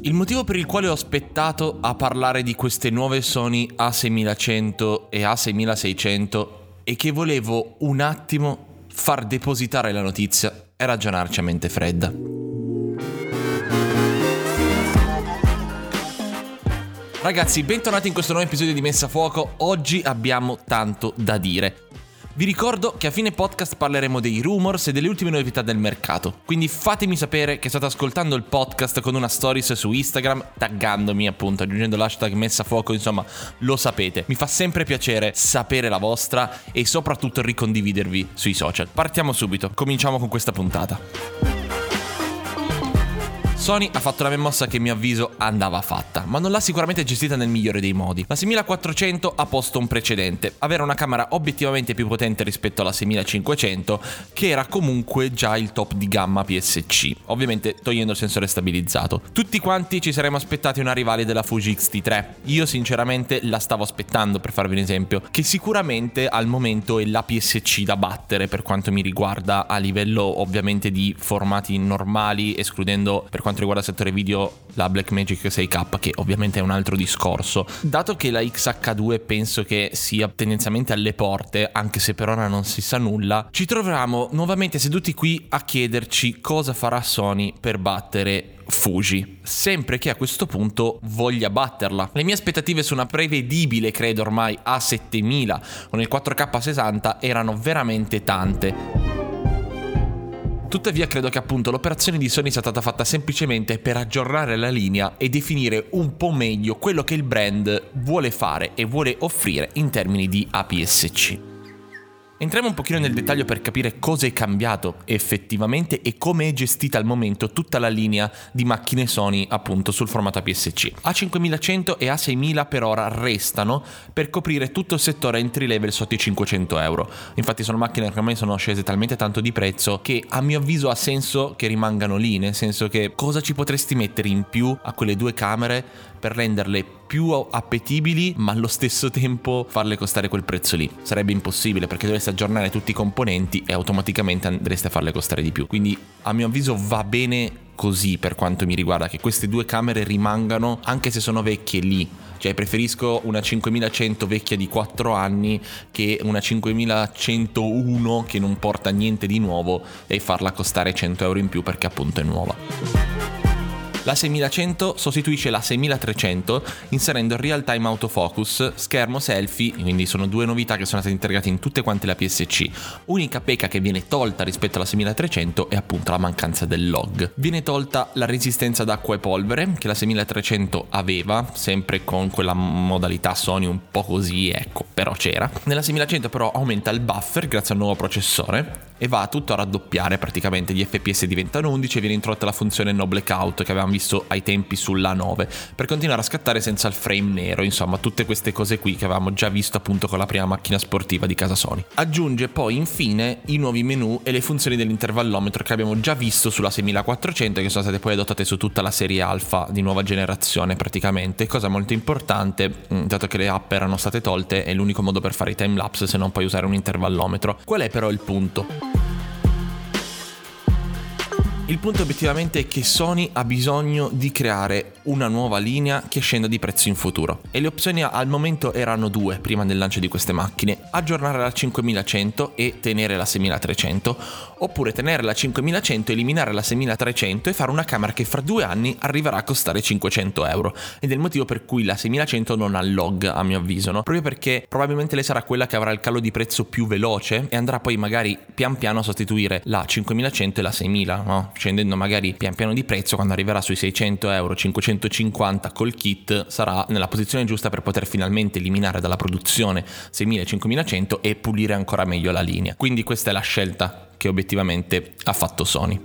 Il motivo per il quale ho aspettato a parlare di queste nuove Sony A6100 e A6600 è che volevo un attimo far depositare la notizia e ragionarci a mente fredda. Ragazzi, bentornati in questo nuovo episodio di Messa a Fuoco. Oggi abbiamo tanto da dire. Vi ricordo che a fine podcast parleremo dei rumors e delle ultime novità del mercato, quindi fatemi sapere che state ascoltando il podcast con una stories su Instagram, taggandomi appunto, aggiungendo l'hashtag Messa a Fuoco, insomma lo sapete. Mi fa sempre piacere sapere la vostra e soprattutto ricondividervi sui social. Partiamo subito, cominciamo con questa puntata. Sony ha fatto una mossa che a mio avviso andava fatta, ma non l'ha sicuramente gestita nel migliore dei modi. La 6400 ha posto un precedente, avere una camera obiettivamente più potente rispetto alla 6500, che era comunque già il top di gamma PSC, ovviamente togliendo il sensore stabilizzato. Tutti quanti ci saremmo aspettati una rivale della Fuji X-T3, io sinceramente la stavo aspettando, per farvi un esempio, che sicuramente al momento è la PSC da battere per quanto mi riguarda, a livello ovviamente di formati normali, escludendo per quanto riguarda il settore video la Blackmagic 6K, che ovviamente è un altro discorso. Dato che la XH2 penso che sia tendenzialmente alle porte, anche se per ora non si sa nulla, ci troviamo nuovamente seduti qui a chiederci cosa farà Sony per battere Fuji, sempre che a questo punto voglia batterla. Le mie aspettative su una prevedibile, credo ormai, A7000 con il 4K 60 erano veramente tante. Tuttavia credo che appunto l'operazione di Sony sia stata fatta semplicemente per aggiornare la linea e definire un po' meglio quello che il brand vuole fare e vuole offrire in termini di APS-C. Entriamo un pochino nel dettaglio per capire cosa è cambiato effettivamente e come è gestita al momento tutta la linea di macchine Sony appunto sul formato APS-C. A5100 e A6000 per ora restano per coprire tutto il settore entry level sotto i €500. Infatti sono macchine che ormai sono scese talmente tanto di prezzo che a mio avviso ha senso che rimangano lì, nel senso che cosa ci potresti mettere in più a quelle due camere per renderle più appetibili ma allo stesso tempo farle costare quel prezzo lì? Sarebbe impossibile, perché dovreste aggiornare tutti i componenti e automaticamente andreste a farle costare di più. Quindi a mio avviso va bene così per quanto mi riguarda, che queste due camere rimangano anche se sono vecchie lì. Cioè preferisco una 5100 vecchia di 4 anni che una 5101 che non porta niente di nuovo e farla costare €100 in più perché appunto è nuova. La 6100 sostituisce la 6300 inserendo il real time autofocus, schermo selfie, quindi sono due novità che sono state integrate in tutte quante le APS-C. Unica pecca che viene tolta rispetto alla 6300 è appunto la mancanza del log. Viene tolta la resistenza ad acqua e polvere che la 6300 aveva, sempre con quella modalità Sony un po' così, ecco, però c'era. Nella 6100 però aumenta il buffer grazie al nuovo processore e va tutto a raddoppiare, praticamente gli FPS diventano 11 e viene introdotta la funzione no blackout che avevamo visto ai tempi sulla 9 per continuare a scattare senza il frame nero, insomma tutte queste cose qui che avevamo già visto appunto con la prima macchina sportiva di casa Sony. Aggiunge poi infine i nuovi menu e le funzioni dell'intervallometro che abbiamo già visto sulla 6400 e che sono state poi adottate su tutta la serie Alpha di nuova generazione praticamente. Cosa molto importante, dato che le app erano state tolte, è l'unico modo per fare i timelapse se non puoi usare un intervallometro. Qual è però il punto? Il punto obiettivamente è che Sony ha bisogno di creare una nuova linea che scenda di prezzo in futuro e le opzioni al momento erano due prima del lancio di queste macchine: aggiornare la 5100 e tenere la 6300, oppure tenere la 5100, eliminare la 6300 e fare una camera che fra 2 anni arriverà a costare €500. Ed è il motivo per cui la 6100 non ha log a mio avviso, no? Proprio perché probabilmente lei sarà quella che avrà il calo di prezzo più veloce e andrà poi magari pian piano a sostituire la 5100 e la 6000, no? Scendendo magari pian piano di prezzo, quando arriverà sui €600, 550 col kit, sarà nella posizione giusta per poter finalmente eliminare dalla produzione 6000 e 5100 e pulire ancora meglio la linea. Quindi questa è la scelta che obiettivamente ha fatto Sony.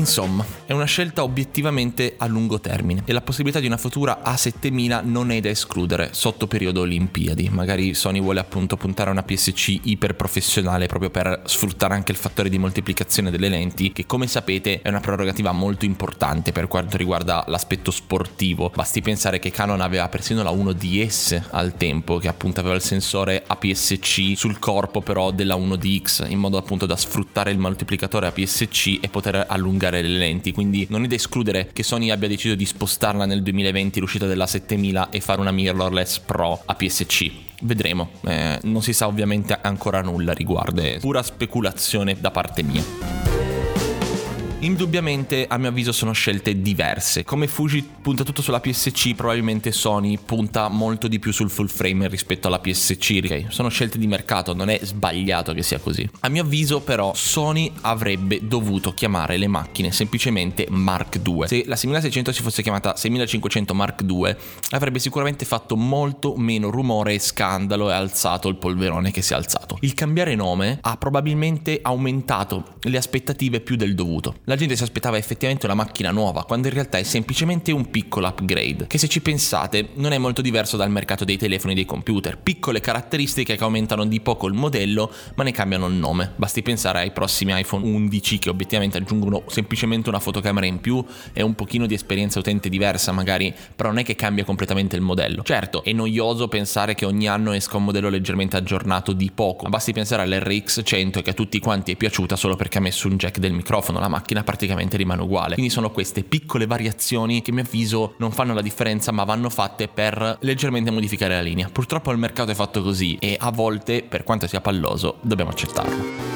Insomma, è una scelta obiettivamente a lungo termine e la possibilità di una futura A7000 non è da escludere sotto periodo Olimpiadi. Magari Sony vuole appunto puntare a una PSC iperprofessionale proprio per sfruttare anche il fattore di moltiplicazione delle lenti, che come sapete è una prerogativa molto importante per quanto riguarda l'aspetto sportivo. Basti pensare che Canon aveva persino la 1DS al tempo, che appunto aveva il sensore APS-C sul corpo però della 1DX, in modo appunto da sfruttare il moltiplicatore APS-C e poter allungare le lenti. Quindi non è da escludere che Sony abbia deciso di spostarla nel 2020 l'uscita della 7000 e fare una mirrorless Pro APS-C. Vedremo, non si sa ovviamente ancora nulla a riguardo, è pura speculazione da parte mia. Indubbiamente a mio avviso sono scelte diverse. Come Fuji punta tutto sulla PSC, probabilmente Sony punta molto di più sul full frame rispetto alla PSC. Ok, sono scelte di mercato, non è sbagliato che sia così. A mio avviso però Sony avrebbe dovuto chiamare le macchine semplicemente Mark II. Se la 6600 si fosse chiamata 6500 Mark II avrebbe sicuramente fatto molto meno rumore e scandalo e alzato il polverone che si è alzato. Il cambiare nome ha probabilmente aumentato le aspettative più del dovuto. La gente si aspettava effettivamente una macchina nuova, quando in realtà è semplicemente un piccolo upgrade, che se ci pensate non è molto diverso dal mercato dei telefoni e dei computer. Piccole caratteristiche che aumentano di poco il modello, ma ne cambiano il nome. Basti pensare ai prossimi iPhone 11 che obiettivamente aggiungono semplicemente una fotocamera in più e un pochino di esperienza utente diversa magari, però non è che cambia completamente il modello. Certo, è noioso pensare che ogni anno esca un modello leggermente aggiornato di poco, ma basti pensare all'RX 100 che a tutti quanti è piaciuta solo perché ha messo un jack del microfono, la macchina praticamente rimane uguale. Quindi sono queste piccole variazioni che a mio avviso non fanno la differenza, ma vanno fatte per leggermente modificare la linea. Purtroppo il mercato è fatto così e a volte, per quanto sia palloso, dobbiamo accettarlo.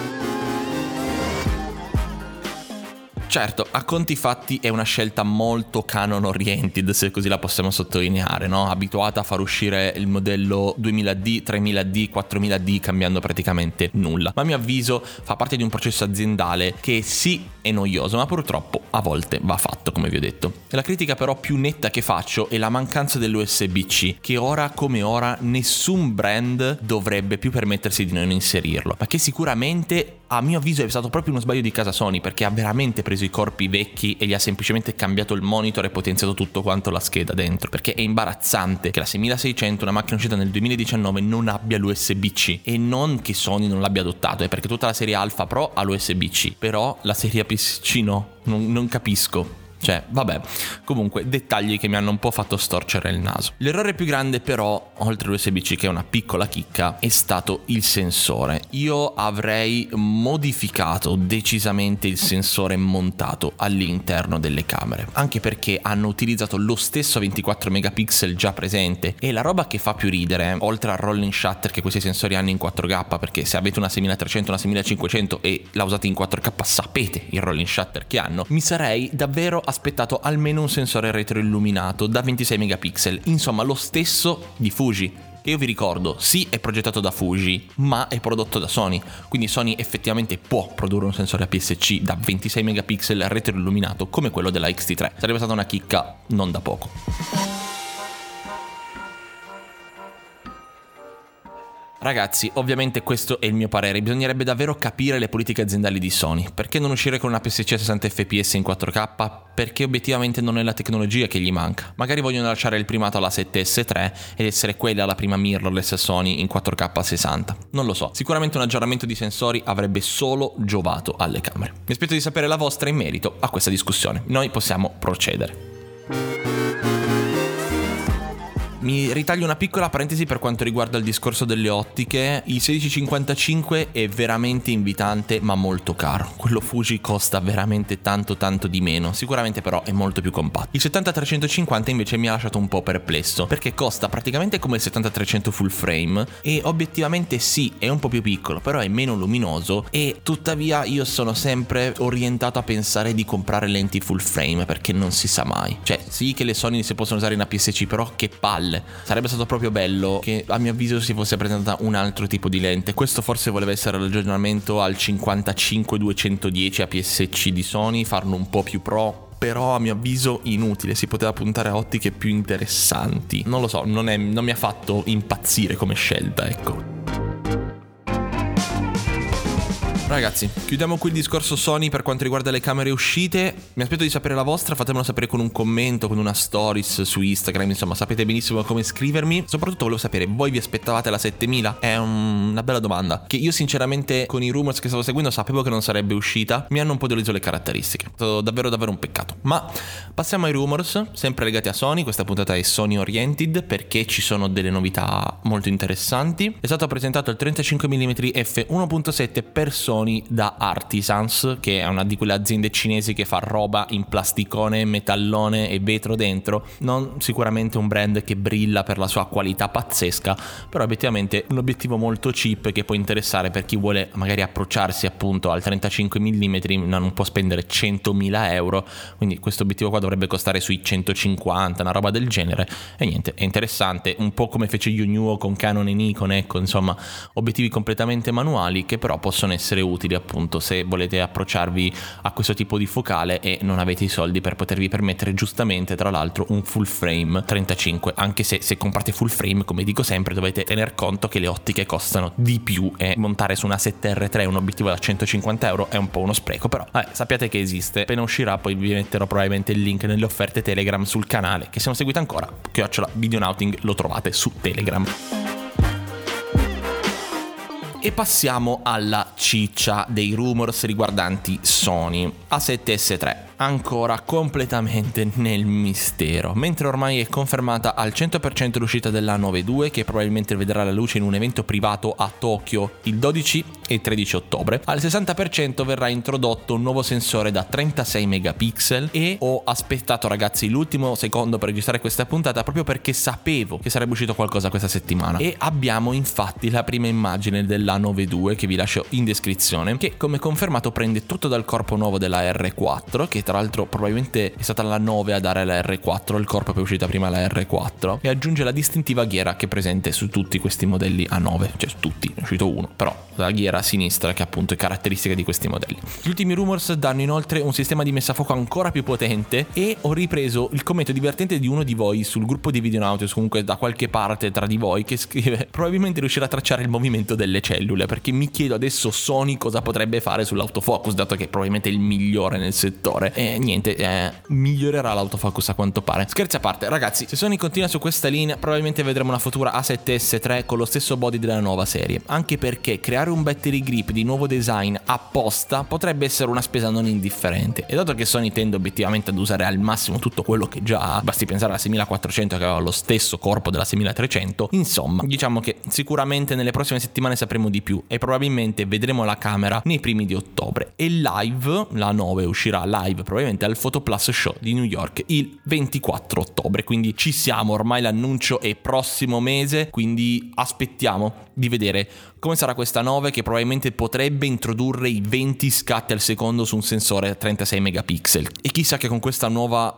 Certo, a conti fatti è una scelta molto Canon oriented, se così la possiamo sottolineare, no? Abituata a far uscire il modello 2000D, 3000D, 4000D cambiando praticamente nulla. Ma a mio avviso fa parte di un processo aziendale che sì è noioso, ma purtroppo a volte va fatto, come vi ho detto. La critica però più netta che faccio è la mancanza dell'USB-C, che ora come ora nessun brand dovrebbe più permettersi di non inserirlo, ma che sicuramente a mio avviso è stato proprio uno sbaglio di casa Sony, perché ha veramente preso i corpi vecchi e gli ha semplicemente cambiato il monitor e potenziato tutto quanto la scheda dentro, perché è imbarazzante che la 6600, una macchina uscita nel 2019, non abbia l'USB-C, e non che Sony non l'abbia adottato, è perché tutta la serie Alpha Pro ha l'USB-C, però la serie APS-C no, non capisco. Cioè, vabbè, comunque dettagli che mi hanno un po' fatto storcere il naso. L'errore più grande però, oltre all'USB-C che è una piccola chicca, è stato il sensore. Io avrei modificato decisamente il sensore montato all'interno delle camere, anche perché hanno utilizzato lo stesso 24 megapixel già presente, e la roba che fa più ridere, oltre al rolling shutter che questi sensori hanno in 4K, perché se avete una 6300, una 6500 e la usate in 4K sapete il rolling shutter che hanno, mi sarei davvero aspettato almeno un sensore retroilluminato da 26 megapixel, insomma lo stesso di Fuji, che io vi ricordo sì è progettato da Fuji ma è prodotto da Sony, quindi Sony effettivamente può produrre un sensore APS-C da 26 megapixel retroilluminato come quello della X-T3. Sarebbe stata una chicca non da poco. Ragazzi, ovviamente questo è il mio parere, bisognerebbe davvero capire le politiche aziendali di Sony. Perché non uscire con una PSC a 60 fps in 4K? Perché obiettivamente non è la tecnologia che gli manca. Magari vogliono lasciare il primato alla 7S3 ed essere quella la prima mirrorless Sony in 4K a 60. Non lo so, sicuramente un aggiornamento di sensori avrebbe solo giovato alle camere. Mi aspetto di sapere la vostra in merito a questa discussione. Noi possiamo procedere. Mi ritaglio una piccola parentesi per quanto riguarda il discorso delle ottiche. Il 1655 è veramente invitante ma molto caro. Quello Fuji costa veramente tanto di meno, sicuramente però è molto più compatto. Il 70-350 invece mi ha lasciato un po' perplesso, perché costa praticamente come il 70-300 full frame e obiettivamente sì è un po' più piccolo, però è meno luminoso, e tuttavia io sono sempre orientato a pensare di comprare lenti full frame perché non si sa mai. Cioè sì che le Sony si possono usare in APS-C, però che palle. Sarebbe stato proprio bello che a mio avviso si fosse presentata un altro tipo di lente. Questo forse voleva essere l'aggiornamento al 55-210 APS-C di Sony, farlo un po' più pro, però a mio avviso inutile, si poteva puntare a ottiche più interessanti. Non lo so, non mi ha fatto impazzire come scelta, ecco. Ragazzi, chiudiamo qui il discorso Sony per quanto riguarda le camere uscite. Mi aspetto di sapere la vostra, fatemelo sapere con un commento, con una stories su Instagram, insomma sapete benissimo come scrivermi. Soprattutto volevo sapere, voi vi aspettavate la 7000? È una bella domanda, che io sinceramente con i rumors che stavo seguendo sapevo che non sarebbe uscita. Mi hanno un po' deluso le caratteristiche, è stato davvero un peccato. Ma passiamo ai rumors, sempre legati a Sony. Questa puntata è Sony oriented perché ci sono delle novità molto interessanti. È stato presentato il 35mm f1.7 per Sony da Artisans, che è una di quelle aziende cinesi che fa roba in plasticone, metallone e vetro dentro. Non sicuramente un brand che brilla per la sua qualità pazzesca, però obiettivamente un obiettivo molto cheap che può interessare per chi vuole magari approcciarsi appunto al 35mm, non può spendere 100.000 euro, quindi questo obiettivo qua dovrebbe costare sui 150, una roba del genere. E niente, è interessante, un po' come fece Yongnuo con Canon e Nikon, ecco, insomma obiettivi completamente manuali che però possono essere utili appunto se volete approcciarvi a questo tipo di focale e non avete i soldi per potervi permettere giustamente tra l'altro un full frame 35, anche se comprate full frame, come dico sempre, dovete tener conto che le ottiche costano di più e montare su una 7R3 un obiettivo da 150 euro è un po' uno spreco, però sappiate che esiste. Appena uscirà poi vi metterò probabilmente il link nelle offerte Telegram sul canale, che se non seguite ancora @videonauting lo trovate su Telegram. E passiamo alla ciccia dei rumors riguardanti Sony A7S3. Ancora completamente nel mistero, mentre ormai è confermata al 100% l'uscita della 9.2, che probabilmente vedrà la luce in un evento privato a Tokyo il 12 e 13 ottobre. Al 60% verrà introdotto un nuovo sensore da 36 megapixel e ho aspettato, ragazzi, l'ultimo secondo per registrare questa puntata proprio perché sapevo che sarebbe uscito qualcosa questa settimana, e abbiamo infatti la prima immagine della 9.2 che vi lascio in descrizione, che come confermato prende tutto dal corpo nuovo della R4, che tra l'altro probabilmente è stata la 9 a dare la R4, il corpo è poi uscita prima la R4, e aggiunge la distintiva ghiera che è presente su tutti questi modelli A9, cioè su tutti, è uscito uno, però la ghiera a sinistra che appunto è caratteristica di questi modelli. Gli ultimi rumors danno inoltre un sistema di messa a fuoco ancora più potente, e ho ripreso il commento divertente di uno di voi sul gruppo di Videonautis, comunque da qualche parte tra di voi, che scrive: probabilmente riuscirà a tracciare il movimento delle cellule, perché mi chiedo adesso Sony cosa potrebbe fare sull'autofocus, dato che probabilmente è il migliore nel settore. E niente, migliorerà l'autofocus a quanto pare. Scherzi a parte, ragazzi, se Sony continua su questa linea probabilmente vedremo una futura A7S3 con lo stesso body della nuova serie, anche perché creare un battery grip di nuovo design apposta potrebbe essere una spesa non indifferente, e dato che Sony tende obiettivamente ad usare al massimo tutto quello che già ha, basti pensare alla 6400 che aveva lo stesso corpo della 6300, insomma diciamo che sicuramente nelle prossime settimane sapremo di più e probabilmente vedremo la camera nei primi di ottobre, e live, la 9 uscirà live probabilmente al Photo Plus Show di New York il 24 ottobre, quindi ci siamo, ormai l'annuncio è prossimo mese, quindi aspettiamo di vedere come sarà questa 9, che probabilmente potrebbe introdurre i 20 scatti al secondo su un sensore 36 megapixel, e chissà che con questa nuova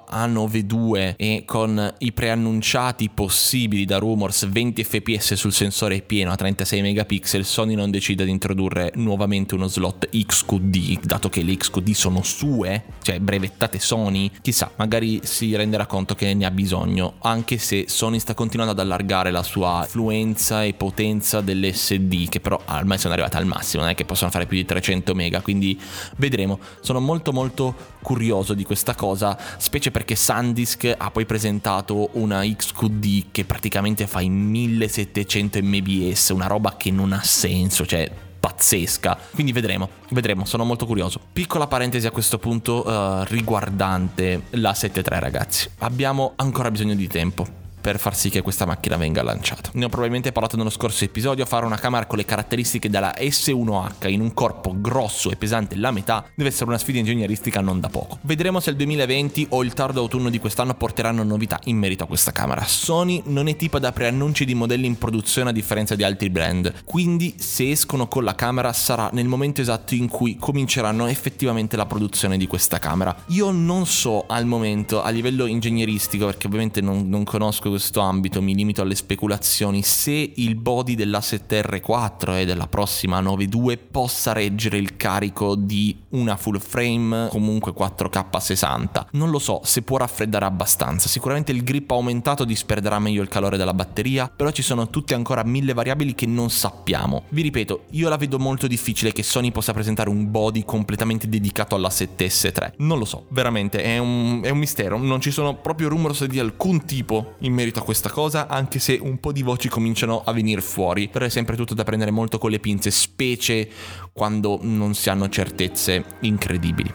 A9 II e con i preannunciati possibili da rumors 20 fps sul sensore pieno a 36 megapixel Sony non decida di introdurre nuovamente uno slot XQD, dato che le XQD sono sue, cioè brevettate Sony. Chissà, magari si renderà conto che ne ha bisogno, anche se Sony sta continuando ad allargare la sua influenza e potenza delle SD, che però ormai sono arrivate al massimo, non è che possono fare più di 300 mega, quindi vedremo. Sono molto curioso di questa cosa, specie perché SanDisk ha poi presentato una XQD che praticamente fa in 1700 mbps, una roba che non ha senso, cioè pazzesca, quindi vedremo, sono molto curioso. Piccola parentesi a questo punto riguardante la 7.3, ragazzi, abbiamo ancora bisogno di tempo per far sì che questa macchina venga lanciata. Ne ho probabilmente parlato nello scorso episodio. Fare una camera con le caratteristiche della S1H in un corpo grosso e pesante la metà deve essere una sfida ingegneristica non da poco. Vedremo se il 2020 o il tardo autunno di quest'anno porteranno novità in merito a questa camera. Sony non è tipo da preannunci di modelli in produzione a differenza di altri brand, quindi se escono con la camera sarà nel momento esatto in cui cominceranno effettivamente la produzione di questa camera. Io non so al momento a livello ingegneristico, perché ovviamente non conosco conosco questo ambito, mi limito alle speculazioni, se il body dell'A7R4 e della prossima 9.2 possa reggere il carico di una full frame, comunque 4K 60. Non lo so se può raffreddare abbastanza, sicuramente il grip aumentato disperderà meglio il calore della batteria, però ci sono tutte ancora 1000 variabili che non sappiamo. Vi ripeto, io la vedo molto difficile che Sony possa presentare un body completamente dedicato alla 7S3. Non lo so, veramente è un mistero, non ci sono proprio rumors di alcun tipo in merito a questa cosa, anche se un po' di voci cominciano a venire fuori, però è sempre tutto da prendere molto con le pinze, specie quando non si hanno certezze incredibili.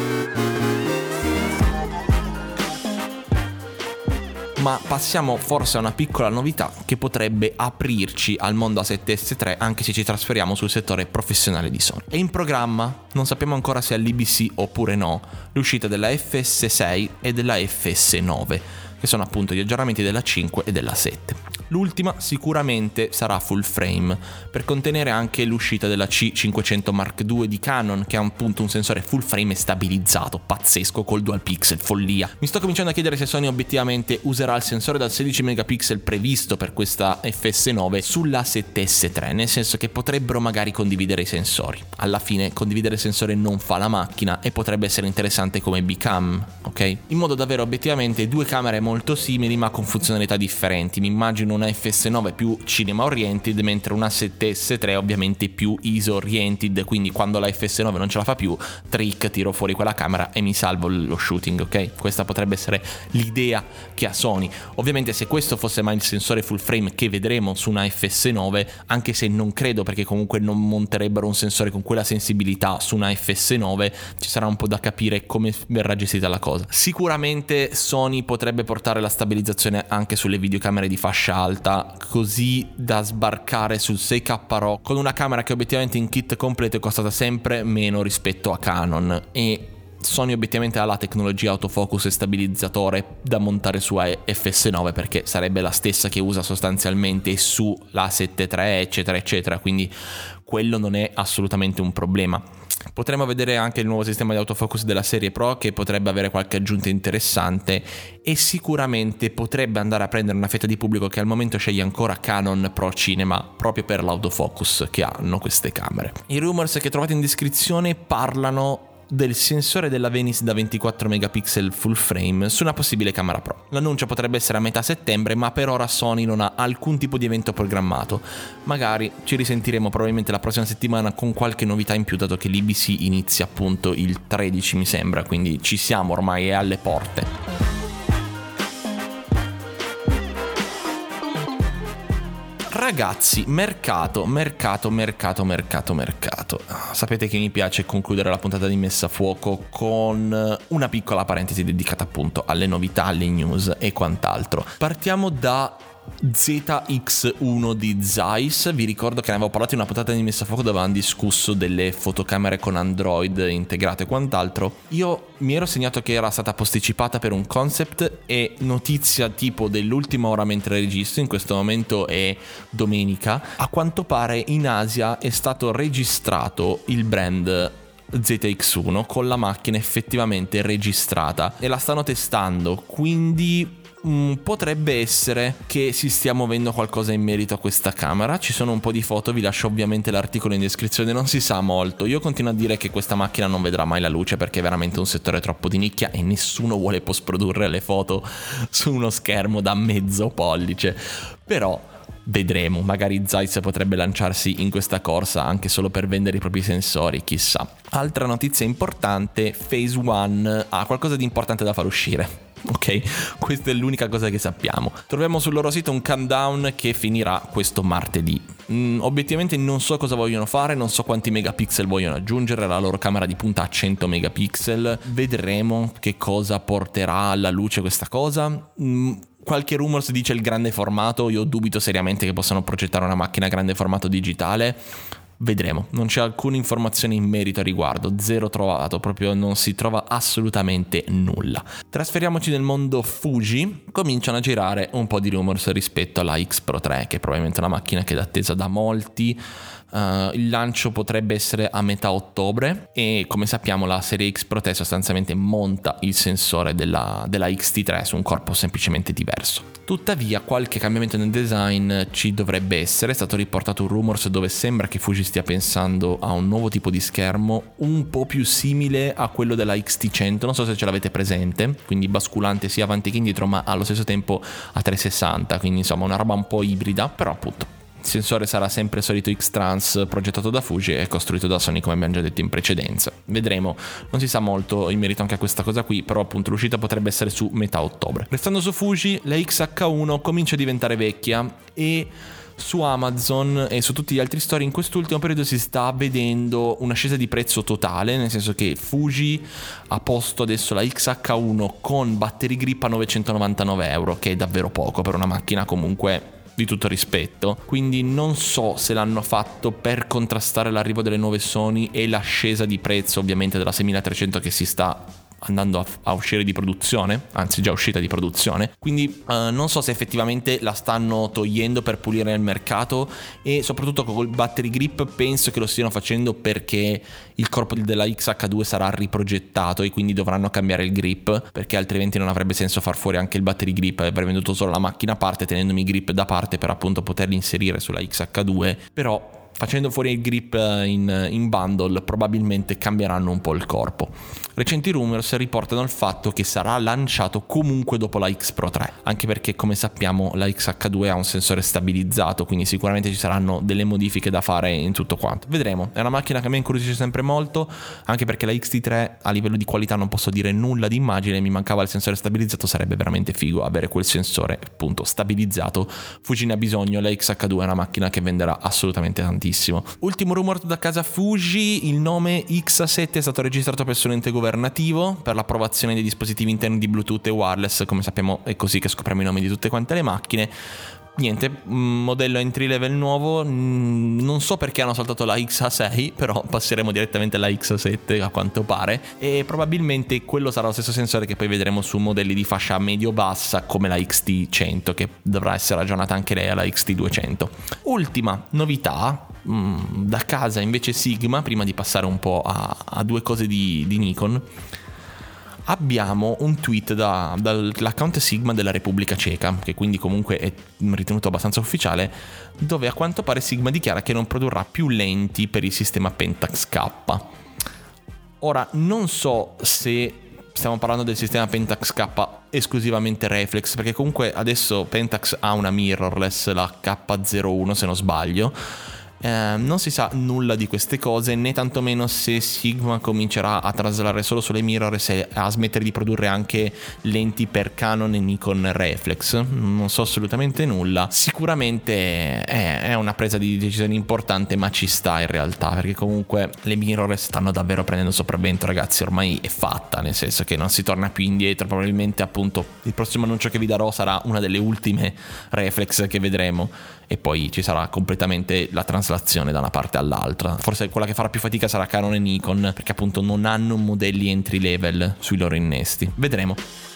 Ma passiamo forse a una piccola novità che potrebbe aprirci al mondo A7S3 anche se ci trasferiamo sul settore professionale di Sony. È in programma, non sappiamo ancora se all'IBC oppure no, l'uscita della FS6 e della FS9, che sono appunto gli aggiornamenti della 5 e della 7. L'ultima sicuramente sarà full frame, per contenere anche l'uscita della C500 Mark II di Canon, che ha appunto un sensore full frame stabilizzato, pazzesco, col dual pixel, follia. Mi sto cominciando a chiedere se Sony obiettivamente userà il sensore dal 16 megapixel previsto per questa FS9 sulla 7S3, nel senso che potrebbero magari condividere i sensori. Alla fine condividere il sensore non fa la macchina e potrebbe essere interessante come B-Cam, ok? In modo da avere obiettivamente due camere molto simili ma con funzionalità differenti. Mi immagino una FS9 più cinema oriented, mentre una 7S3 ovviamente più ISO oriented, quindi quando la FS9 non ce la fa più, trick, tiro fuori quella camera e mi salvo lo shooting, ok? Questa potrebbe essere l'idea che ha Sony. Ovviamente se questo fosse mai il sensore full frame che vedremo su una FS9, anche se non credo, perché comunque non monterebbero un sensore con quella sensibilità su una FS9, ci sarà un po' da capire come verrà gestita la cosa. Sicuramente Sony potrebbe portare la stabilizzazione anche sulle videocamere di fascia alta, così da sbarcare sul 6K RAW con una camera che obiettivamente in kit completo è costata sempre meno rispetto a Canon, e Sony obiettivamente ha la tecnologia autofocus e stabilizzatore da montare su FS9, perché sarebbe la stessa che usa sostanzialmente su la 7 III eccetera eccetera, quindi quello non è assolutamente un problema. Potremmo vedere anche il nuovo sistema di autofocus della serie Pro, che potrebbe avere qualche aggiunta interessante e sicuramente potrebbe andare a prendere una fetta di pubblico che al momento sceglie ancora Canon Pro Cinema proprio per l'autofocus che hanno queste camere. I rumors che trovate in descrizione parlano del sensore della Venice da 24 megapixel full frame su una possibile camera Pro. L'annuncio potrebbe essere a metà settembre, ma per ora Sony non ha alcun tipo di evento programmato. Magari ci risentiremo probabilmente la prossima settimana con qualche novità in più, dato che l'IBC inizia appunto il 13 mi sembra, quindi ci siamo ormai, è alle porte. Ragazzi, mercato. Sapete che mi piace concludere la puntata di Messa a Fuoco con una piccola parentesi dedicata appunto alle novità, alle news e quant'altro. Partiamo da ZX1 di Zeiss. Vi ricordo che ne avevo parlato in una puntata di Messa a Fuoco dove avevamo discusso delle fotocamere con Android integrato e quant'altro. Io mi ero segnato che era stata posticipata per un concept, e notizia tipo dell'ultima ora mentre registro, in questo momento è domenica, a quanto pare in Asia è stato registrato il brand ZX1 con la macchina effettivamente registrata e la stanno testando, quindi potrebbe essere che si stia muovendo qualcosa in merito a questa camera. Ci sono un po' di foto, vi lascio ovviamente l'articolo in descrizione, non si sa molto. Io continuo a dire che questa macchina non vedrà mai la luce perché è veramente un settore troppo di nicchia e nessuno vuole post-produrre le foto su uno schermo da mezzo pollice, però vedremo, magari Zeiss potrebbe lanciarsi in questa corsa anche solo per vendere i propri sensori, chissà. Altra notizia importante, Phase One ha qualcosa di importante da far uscire. Ok, questa è l'unica cosa che sappiamo. Troviamo sul loro sito un countdown che finirà questo martedì. Obiettivamente non so cosa vogliono fare, non so quanti megapixel vogliono aggiungere. La loro camera di punta ha 100 megapixel. Vedremo che cosa porterà alla luce questa cosa. Qualche rumors dice il grande formato. Io dubito seriamente che possano progettare una macchina a grande formato digitale. Vedremo, non c'è alcuna informazione in merito a riguardo, zero trovato, proprio non si trova assolutamente nulla. Trasferiamoci nel mondo Fuji, cominciano a girare un po' di rumors rispetto alla X Pro 3, che è probabilmente una macchina che è attesa da molti. Il lancio potrebbe essere a metà ottobre e come sappiamo la serie X Pro 3 sostanzialmente monta il sensore della XT3 su un corpo semplicemente diverso. Tuttavia qualche cambiamento nel design ci dovrebbe essere, è stato riportato un rumors dove sembra che Fuji stia pensando a un nuovo tipo di schermo un po' più simile a quello della XT100, non so se ce l'avete presente, quindi basculante sia avanti che indietro ma allo stesso tempo a 360, quindi insomma una roba un po' ibrida, però appunto il sensore sarà sempre il solito X-Trans progettato da Fuji e costruito da Sony come abbiamo già detto in precedenza. Vedremo, non si sa molto in merito anche a questa cosa qui, però appunto l'uscita potrebbe essere su metà ottobre. Restando su Fuji, la XH1 comincia a diventare vecchia e su Amazon e su tutti gli altri store in quest'ultimo periodo si sta vedendo un'ascesa di prezzo totale, nel senso che Fuji ha posto adesso la XH1 con battery grip a 999 euro, che è davvero poco per una macchina comunque di tutto rispetto, quindi non so se l'hanno fatto per contrastare l'arrivo delle nuove Sony e l'ascesa di prezzo ovviamente della 6300 che si sta andando a uscire di produzione, anzi già uscita di produzione, quindi non so se effettivamente la stanno togliendo per pulire il mercato e soprattutto col battery grip penso che lo stiano facendo perché il corpo della XH2 sarà riprogettato e quindi dovranno cambiare il grip, perché altrimenti non avrebbe senso far fuori anche il battery grip, avrei venduto solo la macchina a parte tenendomi i grip da parte per appunto poterli inserire sulla XH2, però facendo fuori il grip in bundle probabilmente cambieranno un po' il corpo. Recenti rumors riportano il fatto che sarà lanciato comunque dopo la X Pro 3, anche perché come sappiamo la XH2 ha un sensore stabilizzato, quindi sicuramente ci saranno delle modifiche da fare in tutto quanto. Vedremo, è una macchina che a me incuriosisce sempre molto, anche perché la XT3 a livello di qualità non posso dire nulla di immagine, mi mancava il sensore stabilizzato, sarebbe veramente figo avere quel sensore appunto stabilizzato. Fuji ne ha bisogno, la XH2 è una macchina che venderà assolutamente tantissimo. Ultimo rumor da casa Fuji, il nome X7 è stato registrato presso un ente governativo per l'approvazione dei dispositivi interni di Bluetooth e wireless, come sappiamo è così che scopriamo i nomi di tutte quante le macchine. Niente, modello entry level nuovo, non so perché hanno saltato la XA6, però passeremo direttamente alla XA7 a quanto pare e probabilmente quello sarà lo stesso sensore che poi vedremo su modelli di fascia medio-bassa come la XT100, che dovrà essere aggiornata anche lei alla XT200. Ultima novità da casa invece Sigma, prima di passare un po' a due cose di Nikon. Abbiamo un tweet dall'account Sigma della Repubblica Ceca, che quindi comunque è ritenuto abbastanza ufficiale, dove a quanto pare Sigma dichiara che non produrrà più lenti per il sistema Pentax K. Ora, non so se stiamo parlando del sistema Pentax K esclusivamente reflex, perché comunque adesso Pentax ha una mirrorless, la K01 se non sbaglio. Non si sa nulla di queste cose, né tantomeno se Sigma comincerà a traslare solo sulle mirrorless e a smettere di produrre anche lenti per Canon e Nikon reflex. Non so assolutamente nulla. Sicuramente è una presa di decisione importante, ma ci sta in realtà, perché comunque le mirrorless stanno davvero prendendo sopravvento, ragazzi. Ormai è fatta, nel senso che non si torna più indietro. Probabilmente appunto il prossimo annuncio che vi darò sarà una delle ultime reflex che vedremo e poi ci sarà completamente la traslazione da una parte all'altra. Forse quella che farà più fatica sarà Canon e Nikon, perché appunto non hanno modelli entry level sui loro innesti. Vedremo.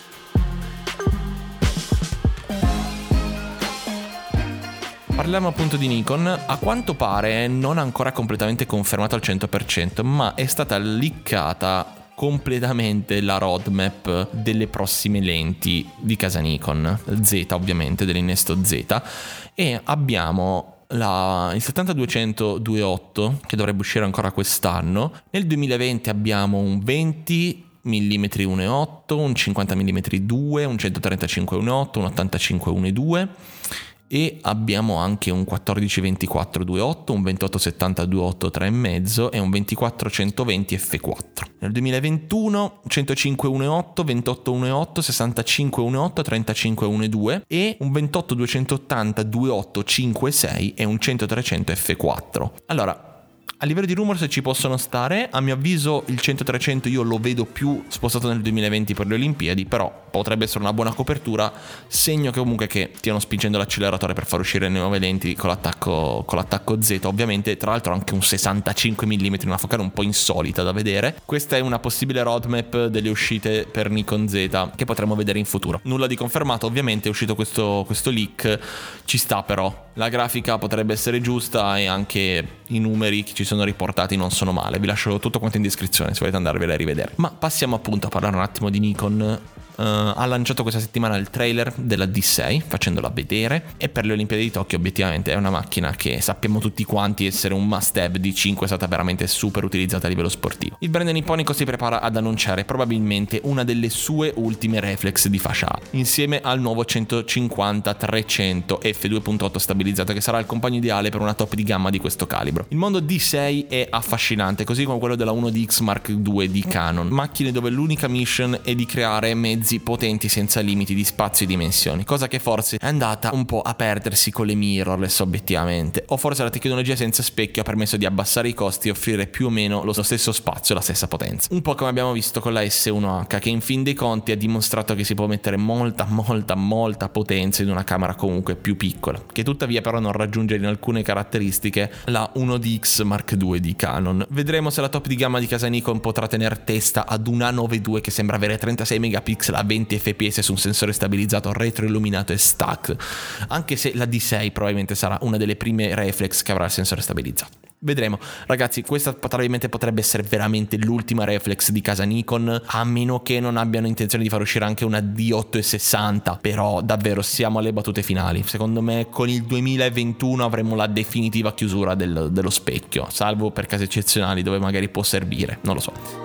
Parliamo appunto di Nikon. A quanto pare non ancora completamente confermato al 100%, ma è stata leakata completamente la roadmap delle prossime lenti di casa Nikon, Z ovviamente, dell'innesto Z, e abbiamo il 70-200 2.8 che dovrebbe uscire ancora quest'anno. Nel 2020 abbiamo un 20 mm 1.8, un 50 mm 2, un 135 1.8, un 85 1.2 e abbiamo anche un 14-24 2.8, un 28-70 2.8 3,5 e un 24-120 f4. Nel 2021 105 1.8, 28 1.8, 65 1.8, 35 1.2 e un 28-280 2.8 5,6 e un 100-300 f4. Allora, A livello di rumors ci possono stare, a mio avviso il 100-300 io lo vedo più spostato nel 2020 per le Olimpiadi, però potrebbe essere una buona copertura, segno che comunque che stiano spingendo l'acceleratore per far uscire le nuove lenti con l'attacco Z, ovviamente tra l'altro anche un 65 mm, una focale un po' insolita da vedere. Questa è una possibile roadmap delle uscite per Nikon Z che potremo vedere in futuro. Nulla di confermato, ovviamente è uscito questo leak, ci sta però. La grafica potrebbe essere giusta e anche i numeri che ci sono riportati non sono male. Vi lascio tutto quanto in descrizione se volete andarvela a rivedere. Ma passiamo appunto a parlare un attimo di Nikon. Ha lanciato questa settimana il trailer della D6 facendola vedere, e per le Olimpiadi di Tokyo obiettivamente è una macchina che sappiamo tutti quanti essere un must have. D5 è stata veramente super utilizzata a livello sportivo. Il brand nipponico si prepara ad annunciare probabilmente una delle sue ultime reflex di fascia A, insieme al nuovo 150-300 f2.8 stabilizzato, che sarà il compagno ideale per una top di gamma di questo calibro. Il mondo D6 è affascinante, così come quello della 1DX Mark II di Canon, macchine dove l'unica mission è di creare mezzi potenti senza limiti di spazio e dimensioni, cosa che forse è andata un po' a perdersi con le mirrorless obiettivamente, o forse la tecnologia senza specchio ha permesso di abbassare i costi e offrire più o meno lo stesso spazio e la stessa potenza, un po' come abbiamo visto con la S1H, che in fin dei conti ha dimostrato che si può mettere molta potenza in una camera comunque più piccola, che tuttavia però non raggiunge in alcune caratteristiche la 1DX Mark II di Canon. Vedremo se la top di gamma di casa Nikon potrà tenere testa ad una A9 II che sembra avere 36 megapixel a 20 fps su un sensore stabilizzato retroilluminato e stack, anche se la D6 probabilmente sarà una delle prime reflex che avrà il sensore stabilizzato. Vedremo. Ragazzi, questa probabilmente potrebbe essere veramente l'ultima reflex di casa Nikon, a meno che non abbiano intenzione di far uscire anche una D860, però davvero siamo alle battute finali. Secondo me con il 2021 avremo la definitiva chiusura dello specchio, salvo per casi eccezionali dove magari può servire, non lo so.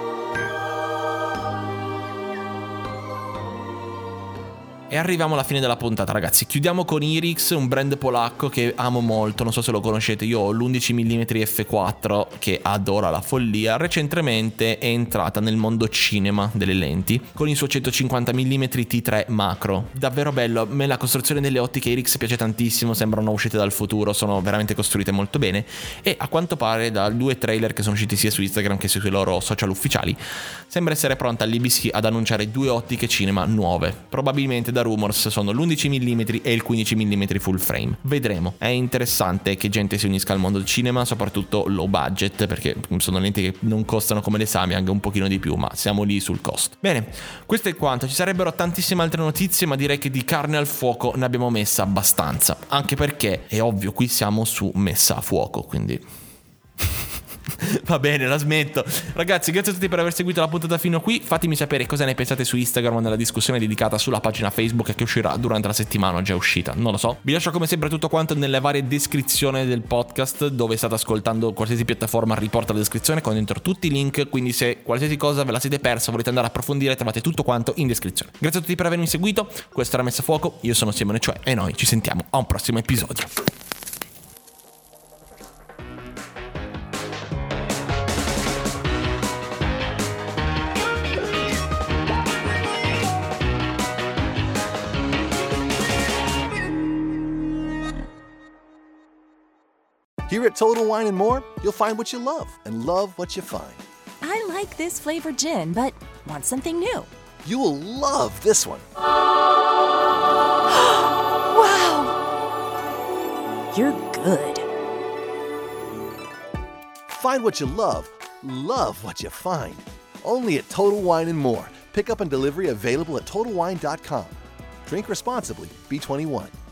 E arriviamo alla fine della puntata, ragazzi. Chiudiamo con Irix, un brand polacco che amo molto, non so se lo conoscete. Io ho l'11 mm f4 che adoro la follia. Recentemente è entrata nel mondo cinema delle lenti con il suo 150 mm T3 macro, davvero bello. A me la costruzione delle ottiche Irix piace tantissimo, sembrano uscite dal futuro, sono veramente costruite molto bene, e a quanto pare da 2 trailer che sono usciti sia su Instagram che sui loro social ufficiali sembra essere pronta l'IBC ad annunciare 2 ottiche cinema nuove, probabilmente da rumors sono l'11 mm e il 15 mm full frame. Vedremo. È interessante che gente si unisca al mondo del cinema, soprattutto low budget, perché sono lenti che non costano come le Samyang, un pochino di più, ma siamo lì sul costo. Bene, questo è quanto. Ci sarebbero tantissime altre notizie, ma direi che di carne al fuoco ne abbiamo messa abbastanza, anche perché è ovvio, qui siamo su messa a fuoco, quindi va bene, la smetto. Ragazzi, grazie a tutti per aver seguito la puntata fino a qui. Fatemi sapere cosa ne pensate su Instagram nella discussione dedicata sulla pagina Facebook che uscirà durante la settimana, o già uscita, non lo so. Vi lascio come sempre tutto quanto nelle varie descrizioni del podcast, dove state ascoltando. Qualsiasi piattaforma riporta la descrizione con dentro tutti i link, quindi se qualsiasi cosa ve la siete persa, volete andare a approfondire, trovate tutto quanto in descrizione. Grazie a tutti per avermi seguito. Questa era Messa a Fuoco, io sono Simone Cioè e noi ci sentiamo a un prossimo episodio. Here at Total Wine & More, you'll find what you love and love what you find. I like this flavored gin, but want something new. You will love this one. Wow! You're good. Find what you love what you find. Only at Total Wine & More. Pickup and delivery available at TotalWine.com. Drink responsibly. B21.